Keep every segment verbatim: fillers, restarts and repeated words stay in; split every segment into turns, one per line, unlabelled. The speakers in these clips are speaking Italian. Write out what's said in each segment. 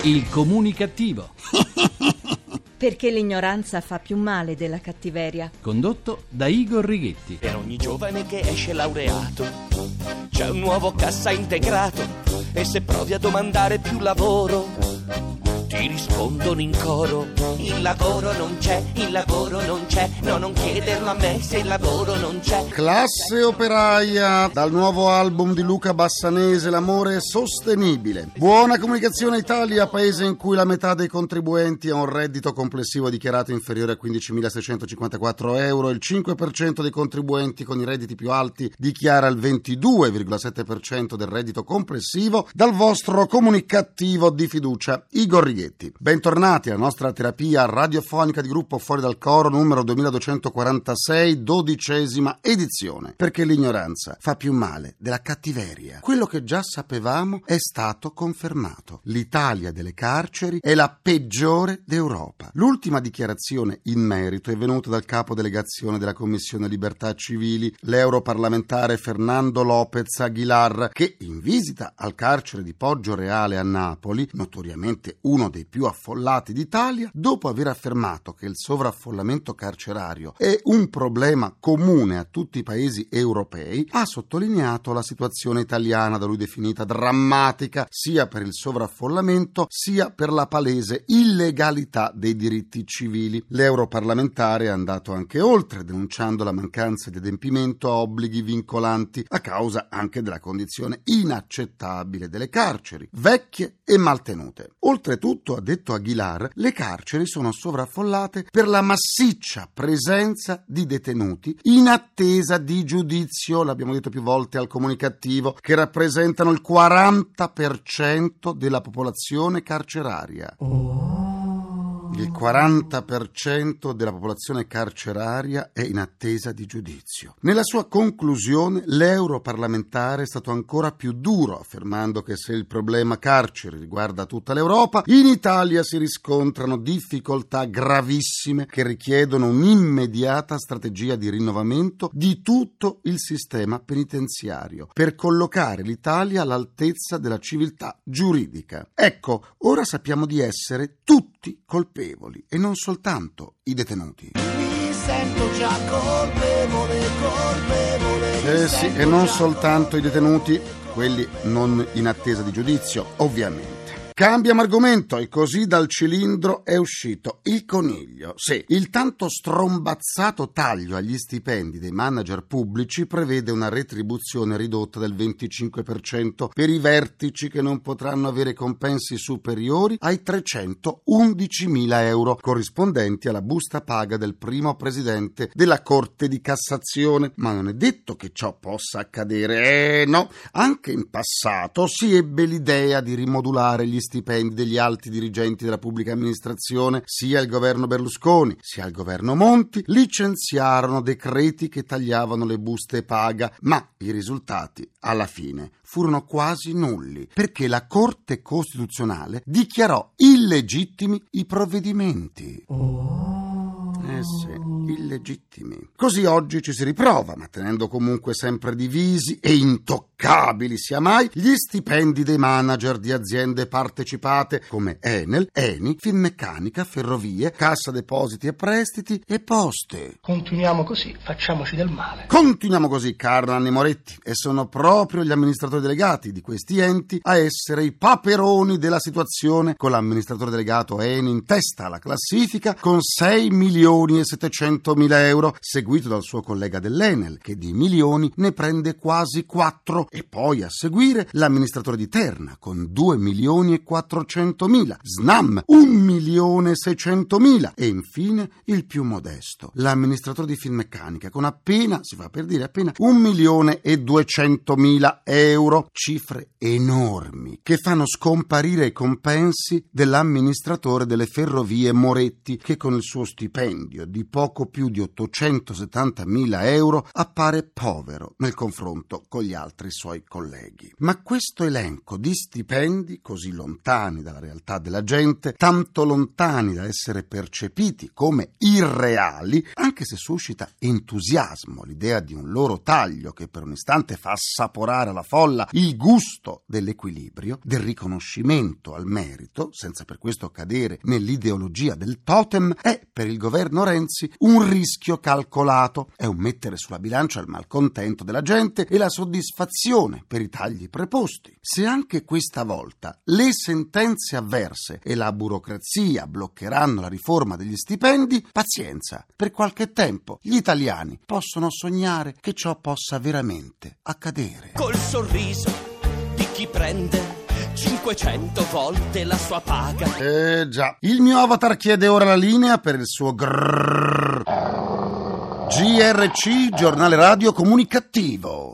Il comunicativo.
Perché l'ignoranza fa più male della cattiveria.
Condotto da Igor Righetti.
Per ogni giovane che esce laureato c'è un nuovo cassa integrato, e se provi a domandare più lavoro ti rispondono in coro: il lavoro non c'è, il lavoro non c'è, no, non chiederlo a me se il lavoro non c'è.
Classe operaia, dal nuovo album di Luca Bassanese, L'amore sostenibile. Buona Comunicazione Italia, paese in cui la metà dei contribuenti ha un reddito complessivo dichiarato inferiore a quindicimilaseicentocinquantaquattro euro, il cinque per cento dei contribuenti con i redditi più alti dichiara il ventidue virgola sette per cento del reddito complessivo. Dal vostro comunicativo di fiducia, Igor Righetti. Bentornati alla nostra terapia radiofonica di gruppo Fuori dal Coro numero duemiladuecentoquarantasei, dodicesima edizione. Perché l'ignoranza fa più male della cattiveria. Quello che già sapevamo è stato confermato. L'Italia delle carceri è la peggiore d'Europa. L'ultima dichiarazione in merito è venuta dal capo delegazione della Commissione Libertà Civili, l'europarlamentare Fernando López Aguilar, che in visita al carcere di Poggioreale a Napoli, notoriamente uno dei più affollati d'Italia, dopo aver affermato che il sovraffollamento carcerario è un problema comune a tutti i paesi europei, ha sottolineato la situazione italiana, da lui definita drammatica, sia per il sovraffollamento sia per la palese illegalità dei diritti civili. L'europarlamentare è andato anche oltre, denunciando la mancanza di adempimento a obblighi vincolanti, a causa anche della condizione inaccettabile delle carceri, vecchie e maltenute. Oltretutto, ha detto Aguilar, le carceri sono sovraffollate per la massiccia presenza di detenuti in attesa di giudizio, l'abbiamo detto più volte al comunicativo, che rappresentano il quaranta per cento della popolazione carceraria. Il quaranta per cento della popolazione carceraria è in attesa di giudizio. Nella sua conclusione, l'europarlamentare è stato ancora più duro, affermando che se il problema carceri riguarda tutta l'Europa, in Italia si riscontrano difficoltà gravissime che richiedono un'immediata strategia di rinnovamento di tutto il sistema penitenziario per collocare l'Italia all'altezza della civiltà giuridica. Ecco, ora sappiamo di essere tutti colpevoli e non soltanto i detenuti.
Mi sento già colpevole, colpevole.
Eh sì, e non soltanto i detenuti, quelli non in attesa di giudizio, ovviamente. Cambiamo argomento e così dal cilindro è uscito il coniglio. Sì, il tanto strombazzato taglio agli stipendi dei manager pubblici prevede una retribuzione ridotta del venticinque per cento per i vertici, che non potranno avere compensi superiori ai trecentoundicimila euro, corrispondenti alla busta paga del primo presidente della Corte di Cassazione. Ma non è detto che ciò possa accadere. Eh no, anche in passato si ebbe l'idea di rimodulare gli stipendi degli alti dirigenti della pubblica amministrazione. Sia il governo Berlusconi sia il governo Monti licenziarono decreti che tagliavano le buste paga, ma i risultati alla fine furono quasi nulli, perché la Corte Costituzionale dichiarò illegittimi i provvedimenti. Eh sì, illegittimi. Così oggi ci si riprova, ma tenendo comunque sempre divisi e intoccabili sia mai gli stipendi dei manager di aziende partecipate come Enel, Eni, Finmeccanica, Ferrovie, Cassa Depositi e Prestiti e Poste.
Continuiamo così, facciamoci del male.
Continuiamo così, caro Nanni Moretti, e sono proprio gli amministratori delegati di questi enti a essere i paperoni della situazione, con l'amministratore delegato Eni in testa alla classifica con sei milioni e settecentomila euro, seguito dal suo collega dell'Enel, che di milioni ne prende quasi quattro, e poi a seguire l'amministratore di Terna con due milioni e quattrocentomila, Snam un milione e seicentomila, e infine il più modesto, l'amministratore di Finmeccanica, con appena, si fa per dire appena, un milione e duecentomila euro. Cifre enormi che fanno scomparire i compensi dell'amministratore delle Ferrovie Moretti, che con il suo stipendio di poco più di ottocentosettantamila euro appare povero nel confronto con gli altri suoi colleghi. Ma questo elenco di stipendi così lontani dalla realtà della gente, tanto lontani da essere percepiti come irreali, anche se suscita entusiasmo l'idea di un loro taglio che per un istante fa assaporare alla folla il gusto dell'equilibrio, del riconoscimento al merito, senza per questo cadere nell'ideologia del totem, è per il governo Renzi un rischio calcolato. È un mettere sulla bilancia il malcontento della gente e la soddisfazione per i tagli preposti. Se anche questa volta le sentenze avverse e la burocrazia bloccheranno la riforma degli stipendi, pazienza, per qualche tempo gli italiani possono sognare che ciò possa veramente accadere.
Col sorriso di chi prende cinquecento volte la sua paga.
Eh già, il mio avatar chiede ora la linea per il suo grrrr. G R C, giornale radio comunicativo.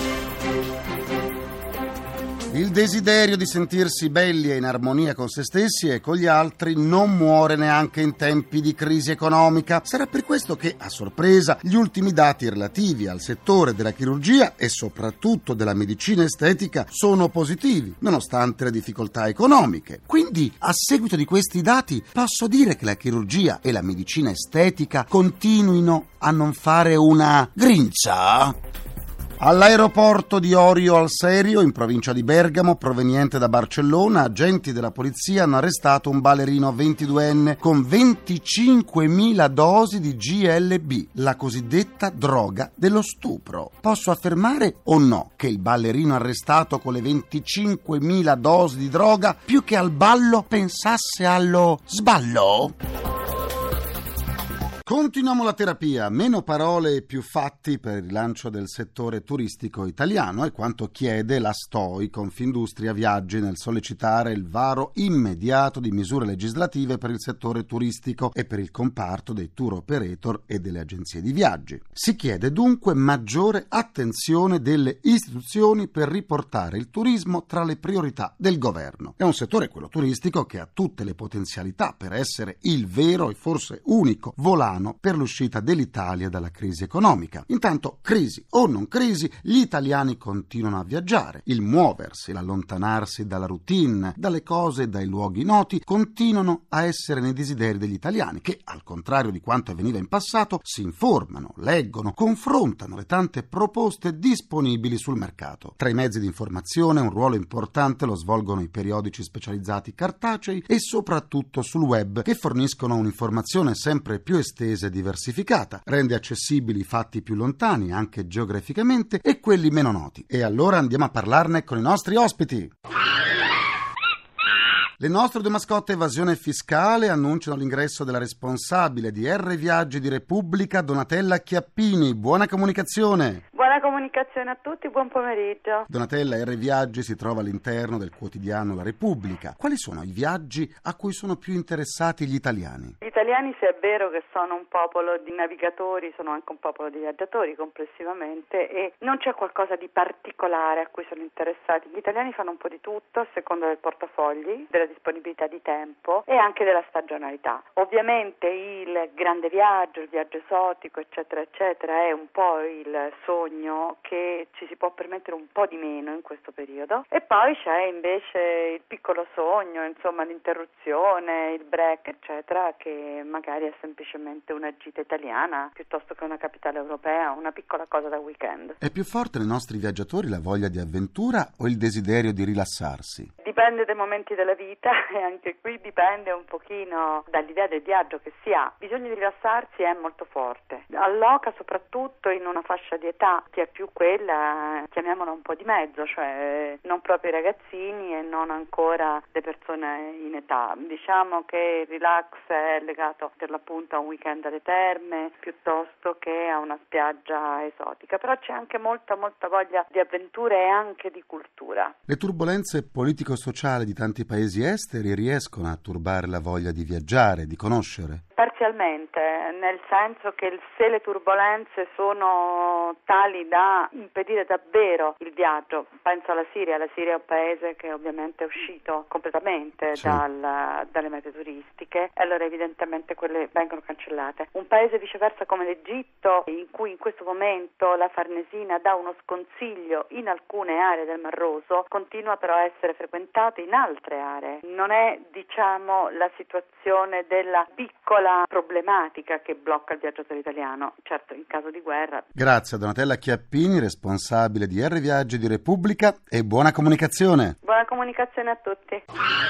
Il desiderio di sentirsi belli e in armonia con se stessi e con gli altri non muore neanche in tempi di crisi economica. Sarà per questo che, a sorpresa, gli ultimi dati relativi al settore della chirurgia e soprattutto della medicina estetica sono positivi, nonostante le difficoltà economiche. Quindi, a seguito di questi dati, posso dire che la chirurgia e la medicina estetica continuino a non fare una grinza? All'aeroporto di Orio al Serio, in provincia di Bergamo, proveniente da Barcellona, agenti della polizia hanno arrestato un ballerino ventiduenne con venticinquemila dosi di G L B, la cosiddetta droga dello stupro. Posso affermare o no che il ballerino arrestato con le venticinquemila dosi di droga, più che al ballo, pensasse allo sballo? Continuiamo la terapia, meno parole e più fatti per il rilancio del settore turistico italiano, è quanto chiede la S T O I, Confindustria Viaggi, nel sollecitare il varo immediato di misure legislative per il settore turistico e per il comparto dei tour operator e delle agenzie di viaggi. Si chiede dunque maggiore attenzione delle istituzioni per riportare il turismo tra le priorità del governo. È un settore, quello turistico, che ha tutte le potenzialità per essere il vero e forse unico volano per l'uscita dell'Italia dalla crisi economica. Intanto, crisi o non crisi, gli italiani continuano a viaggiare. Il muoversi, l'allontanarsi dalla routine, dalle cose e dai luoghi noti continuano a essere nei desideri degli italiani che, al contrario di quanto avveniva in passato, si informano, leggono, confrontano le tante proposte disponibili sul mercato. Tra i mezzi di informazione un ruolo importante lo svolgono i periodici specializzati cartacei e soprattutto sul web, che forniscono un'informazione sempre più estesa e diversificata, rende accessibili i fatti più lontani anche geograficamente e quelli meno noti. E allora andiamo a parlarne con i nostri ospiti. Le nostre due mascotte evasione fiscale annunciano l'ingresso della responsabile di R Viaggi di Repubblica, Donatella Chiappini. Buona comunicazione!
Buona comunicazione a tutti, buon pomeriggio.
Donatella, R Viaggi si trova all'interno del quotidiano La Repubblica. Quali sono i viaggi a cui sono più interessati gli italiani?
Gli italiani, se è vero che sono un popolo di navigatori, sono anche un popolo di viaggiatori complessivamente, e non c'è qualcosa di particolare a cui sono interessati. Gli italiani fanno un po' di tutto a seconda del portafogli, della disponibilità di tempo e anche della stagionalità. Ovviamente il grande viaggio, il viaggio esotico, eccetera eccetera, è un po' il sogno che ci si può permettere un po' di meno in questo periodo. E poi c'è invece il piccolo sogno, insomma l'interruzione, il break eccetera, che magari è semplicemente una gita italiana piuttosto che una capitale europea, una piccola cosa da weekend.
È più forte nei nostri viaggiatori la voglia di avventura o il desiderio di rilassarsi?
Dipende dai momenti della vita e anche qui dipende un pochino dall'idea del viaggio che si ha. Il bisogno di rilassarsi è molto forte, alloca soprattutto in una fascia di età che è più quella, chiamiamola un po' di mezzo, cioè non proprio i ragazzini e non ancora le persone in età. Diciamo che il relax è legato per l'appunto a un weekend alle terme piuttosto che a una spiaggia esotica, però c'è anche molta molta voglia di avventure e anche di cultura.
Le turbolenze politico-sociali di tanti paesi esteri riescono a turbare la voglia di viaggiare, di conoscere?
Parzialmente, nel senso che se le turbolenze sono tali da impedire davvero il viaggio, penso alla Siria, la Siria è un paese che ovviamente è uscito completamente
sì.
dal, dalle mete turistiche, e allora evidentemente quelle vengono cancellate. Un paese viceversa come l'Egitto, in cui in questo momento la Farnesina dà uno sconsiglio in alcune aree del Mar Rosso, continua però a essere frequentato in altre aree. Non è, diciamo, la situazione della piccola problematica che blocca il viaggiatore italiano, certo in caso di guerra.
Grazie a Donatella Chiappini, responsabile di R Viaggi di Repubblica, e buona comunicazione.
Buona comunicazione a tutti.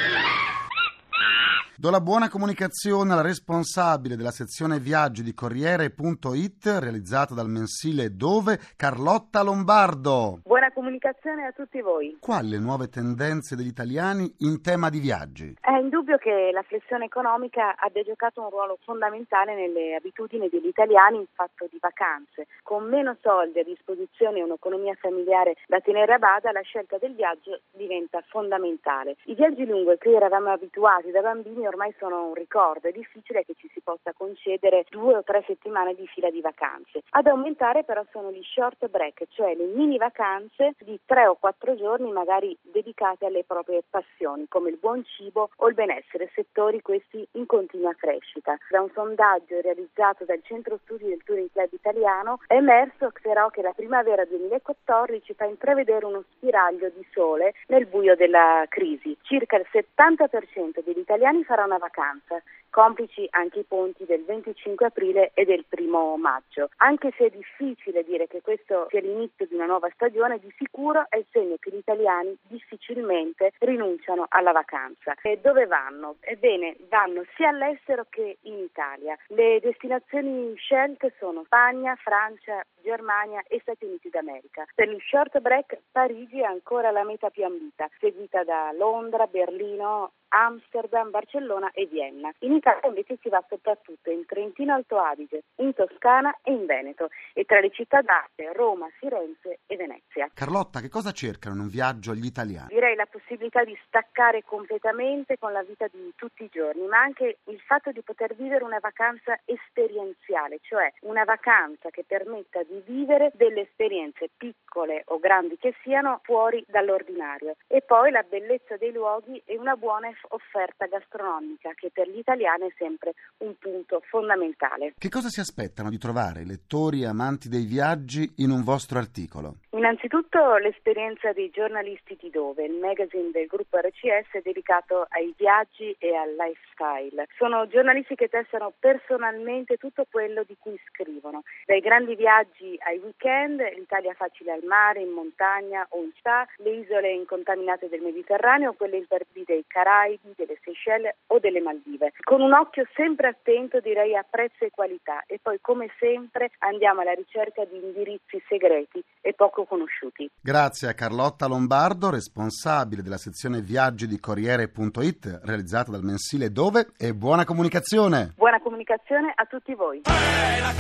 Do la buona comunicazione alla responsabile della sezione viaggi di Corriere punto it, realizzata dal mensile Dove, Carlotta Lombardo.
Buona comunicazione a tutti voi.
Quali le nuove tendenze degli italiani in tema di viaggi?
È indubbio che la flessione economica abbia giocato un ruolo fondamentale nelle abitudini degli italiani in fatto di vacanze. Con meno soldi a disposizione e un'economia familiare da tenere a bada, la scelta del viaggio diventa fondamentale. I viaggi lunghi a cui eravamo abituati da bambini ormai sono un ricordo. È difficile che ci si possa concedere due o tre settimane di fila di vacanze. Ad aumentare però sono gli short break, cioè le mini vacanze di tre o quattro giorni magari dedicate alle proprie passioni, come il buon cibo o il benessere, settori questi in continua crescita. Da un sondaggio realizzato dal Centro Studi del Touring Club Italiano è emerso però che la primavera duemilaquattordici fa intravedere uno spiraglio di sole nel buio della crisi. Circa il settanta per cento degli italiani farà una vacanza, complici anche i ponti del venticinque aprile e del primo maggio. Anche se è difficile dire che questo sia l'inizio di una nuova stagione, di sicuro è il segno che gli italiani difficilmente rinunciano alla vacanza. E dove vanno? Ebbene, vanno sia all'estero che in Italia. Le destinazioni scelte sono Spagna, Francia, Germania e Stati Uniti d'America. Per il short break Parigi è ancora la meta più ambita, seguita da Londra, Berlino, Amsterdam, Barcellona e Vienna. In Italia invece si va soprattutto in Trentino Alto Adige, in Toscana e in Veneto, e tra le città d'arte Roma, Firenze e Venezia.
Carlotta, che cosa cercano in un viaggio gli italiani?
Direi la possibilità di staccare completamente con la vita di tutti i giorni, ma anche il fatto di poter vivere una vacanza esperienziale, cioè una vacanza che permetta di vivere delle esperienze piccole o grandi che siano fuori dall'ordinario. E poi la bellezza dei luoghi e una buona offerta gastronomica, che per gli italiani è sempre un punto fondamentale.
Che cosa si aspettano di trovare i lettori e amanti dei viaggi in un vostro articolo?
Innanzitutto l'esperienza dei giornalisti di Dove, il magazine del gruppo R C S dedicato ai viaggi e al lifestyle. Sono giornalisti che testano personalmente tutto quello di cui scrivono, dai grandi viaggi ai weekend, l'Italia facile al mare, in montagna o in città, le isole incontaminate del Mediterraneo, quelle imperdi dei Caraibi, delle Seychelles o delle Maldive. Con un occhio sempre attento, direi, a prezzo e qualità, e poi come sempre andiamo alla ricerca di indirizzi segreti e poco conosciuti.
Grazie a Carlotta Lombardo, responsabile della sezione viaggi di Corriere punto it, realizzata dal mensile Dove, e buona comunicazione.
Buona comunicazione a tutti voi.
È la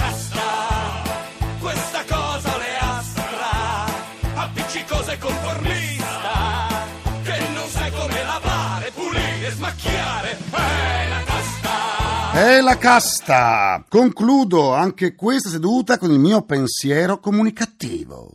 casta, questa cosa le astra, appiccicosa e conformista, che non sai come lavare, pulire, smacchiare. È la casta.
È la casta. Concludo anche questa seduta con il mio pensiero comunicativo.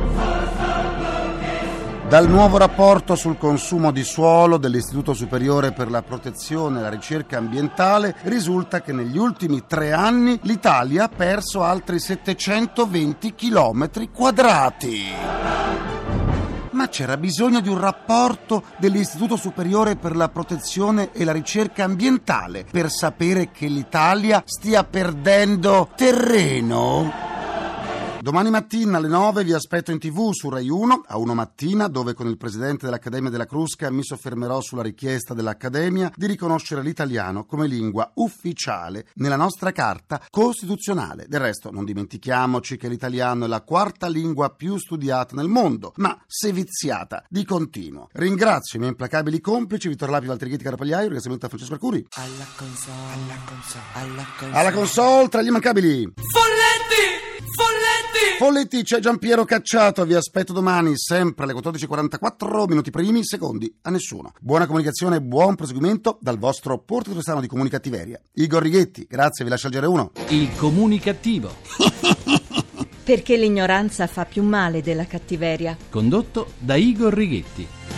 Dal nuovo rapporto sul consumo di suolo dell'Istituto Superiore per la Protezione e la Ricerca Ambientale risulta che negli ultimi tre anni l'Italia ha perso altri settecentoventi chilometri quadrati. Ma c'era bisogno di un rapporto dell'Istituto Superiore per la Protezione e la Ricerca Ambientale per sapere che l'Italia stia perdendo terreno? Domani mattina alle nove vi aspetto in tv su Rai uno, a uno mattina, dove con il presidente dell'Accademia della Crusca mi soffermerò sulla richiesta dell'Accademia di riconoscere l'italiano come lingua ufficiale nella nostra Carta Costituzionale. Del resto non dimentichiamoci che l'italiano è la quarta lingua più studiata nel mondo, ma seviziata di continuo. Ringrazio i miei implacabili complici Vittorio Lapi, Valtteri Ghitti, Carapagliaio, ringraziamento a Francesco Arcuri.
Alla console, alla console, alla console.
Alla console tra gli immancabili
Folletti! Folletti!
Folletti, c'è Giampiero Cacciato, vi aspetto domani sempre alle quattordici e quarantaquattro, minuti primi, secondi a nessuno. Buona comunicazione e buon proseguimento dal vostro Porto Cristano di Comunicattiveria. Igor Righetti, grazie, vi lascio al G R uno.
Il comunicativo.
Perché l'ignoranza fa più male della cattiveria.
Condotto da Igor Righetti.